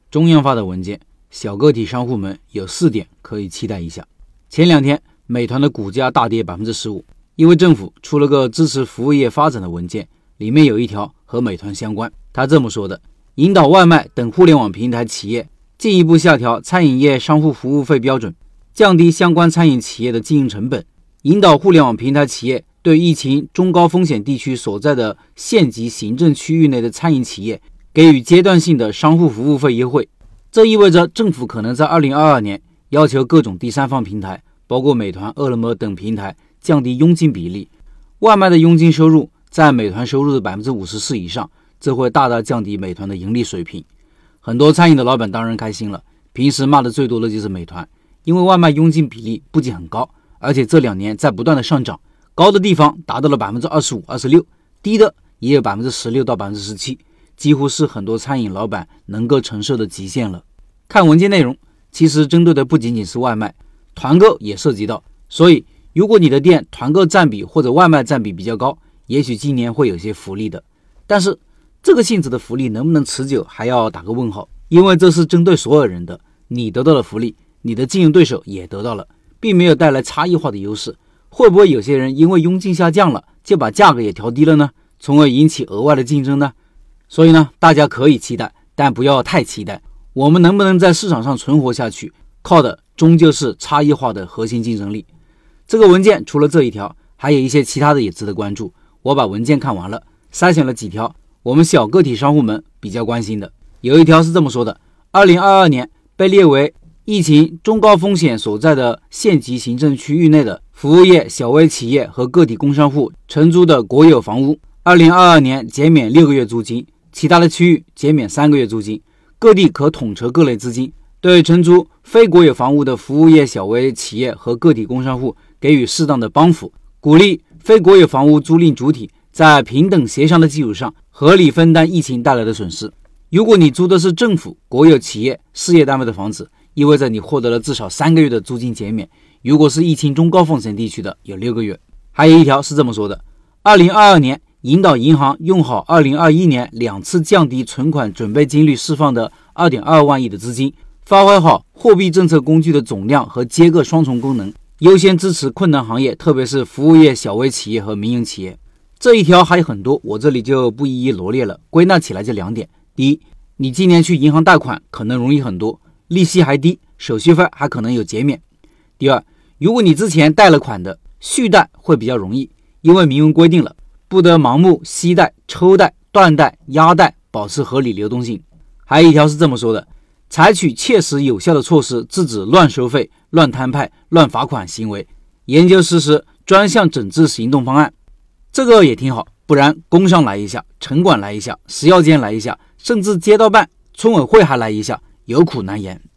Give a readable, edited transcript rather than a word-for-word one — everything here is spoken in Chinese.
中央发的文件，小个体商户们有4点可以期待一下。前2天美团的股价大跌 15%， 因为政府出了个支持服务业发展的文件，里面有一条和美团相关。他这么说的：引导外卖等互联网平台企业进一步下调餐饮业商户服务费标准，降低相关餐饮企业的经营成本，引导互联网平台企业对疫情中高风险地区所在的县级行政区域内的餐饮企业给予阶段性的商户服务费优惠。这意味着政府可能在2022年要求各种第三方平台，包括美团、饿了么等平台降低佣金比例。外卖的佣金收入占美团收入的 54% 以上，这会大大降低美团的盈利水平。很多餐饮的老板当然开心了，平时骂的最多的就是美团，因为外卖佣金比例不仅很高，而且这2年在不断的上涨，高的地方达到了 25%、26%， 低的也有 16% 到 17%， 几乎是很多餐饮老板能够承受的极限了。看文件内容，其实针对的不仅仅是外卖，团购也涉及到，所以如果你的店团购占比或者外卖占比比较高，也许今年会有些福利的。但是这个性质的福利能不能持久还要打个问号，因为这是针对所有人的，你得到了福利，你的竞争对手也得到了，并没有带来差异化的优势。会不会有些人因为佣金下降了，就把价格也调低了呢？从而引起额外的竞争呢？所以呢，大家可以期待，但不要太期待。我们能不能在市场上存活下去，靠的终究是差异化的核心竞争力。这个文件除了这一条，还有一些其他的也值得关注。我把文件看完了，筛选了几条我们小个体商户们比较关心的。有一条是这么说的：2022年被列为疫情中高风险所在的县级行政区域内的服务业、小微企业和个体工商户承租的国有房屋，2022年减免6个月租金，其他的区域减免3个月租金。各地可统筹各类资金，对承租非国有房屋的服务业、小微企业和个体工商户给予适当的帮扶，鼓励非国有房屋租赁主体在平等协商的基础上合理分担疫情带来的损失。如果你租的是政府、国有企业、事业单位的房子，意味着你获得了至少3个月的租金减免，如果是疫情中高风险地区的，有6个月。还有一条是这么说的：2022年引导银行用好2021年2次降低存款准备金率释放的 2.2 万亿的资金，发挥好货币政策工具的总量和接个双重功能，优先支持困难行业，特别是服务业、小微企业和民营企业。这一条还有很多，我这里就不一一罗列了，归纳起来就2点。第一，你今年去银行贷款可能容易很多，利息还低，手续费还可能有减免。第二，如果你之前贷了款的，续贷会比较容易，因为明文规定了不得盲目息贷、抽贷、断贷、压贷，保持合理流动性。还有一条是这么说的：采取切实有效的措施，制止乱收费、乱摊派、乱罚款行为，研究实施专项整治行动方案。这个也挺好，不然工商来一下，城管来一下，食药监来一下，甚至街道办、村委会还来一下，有苦难言。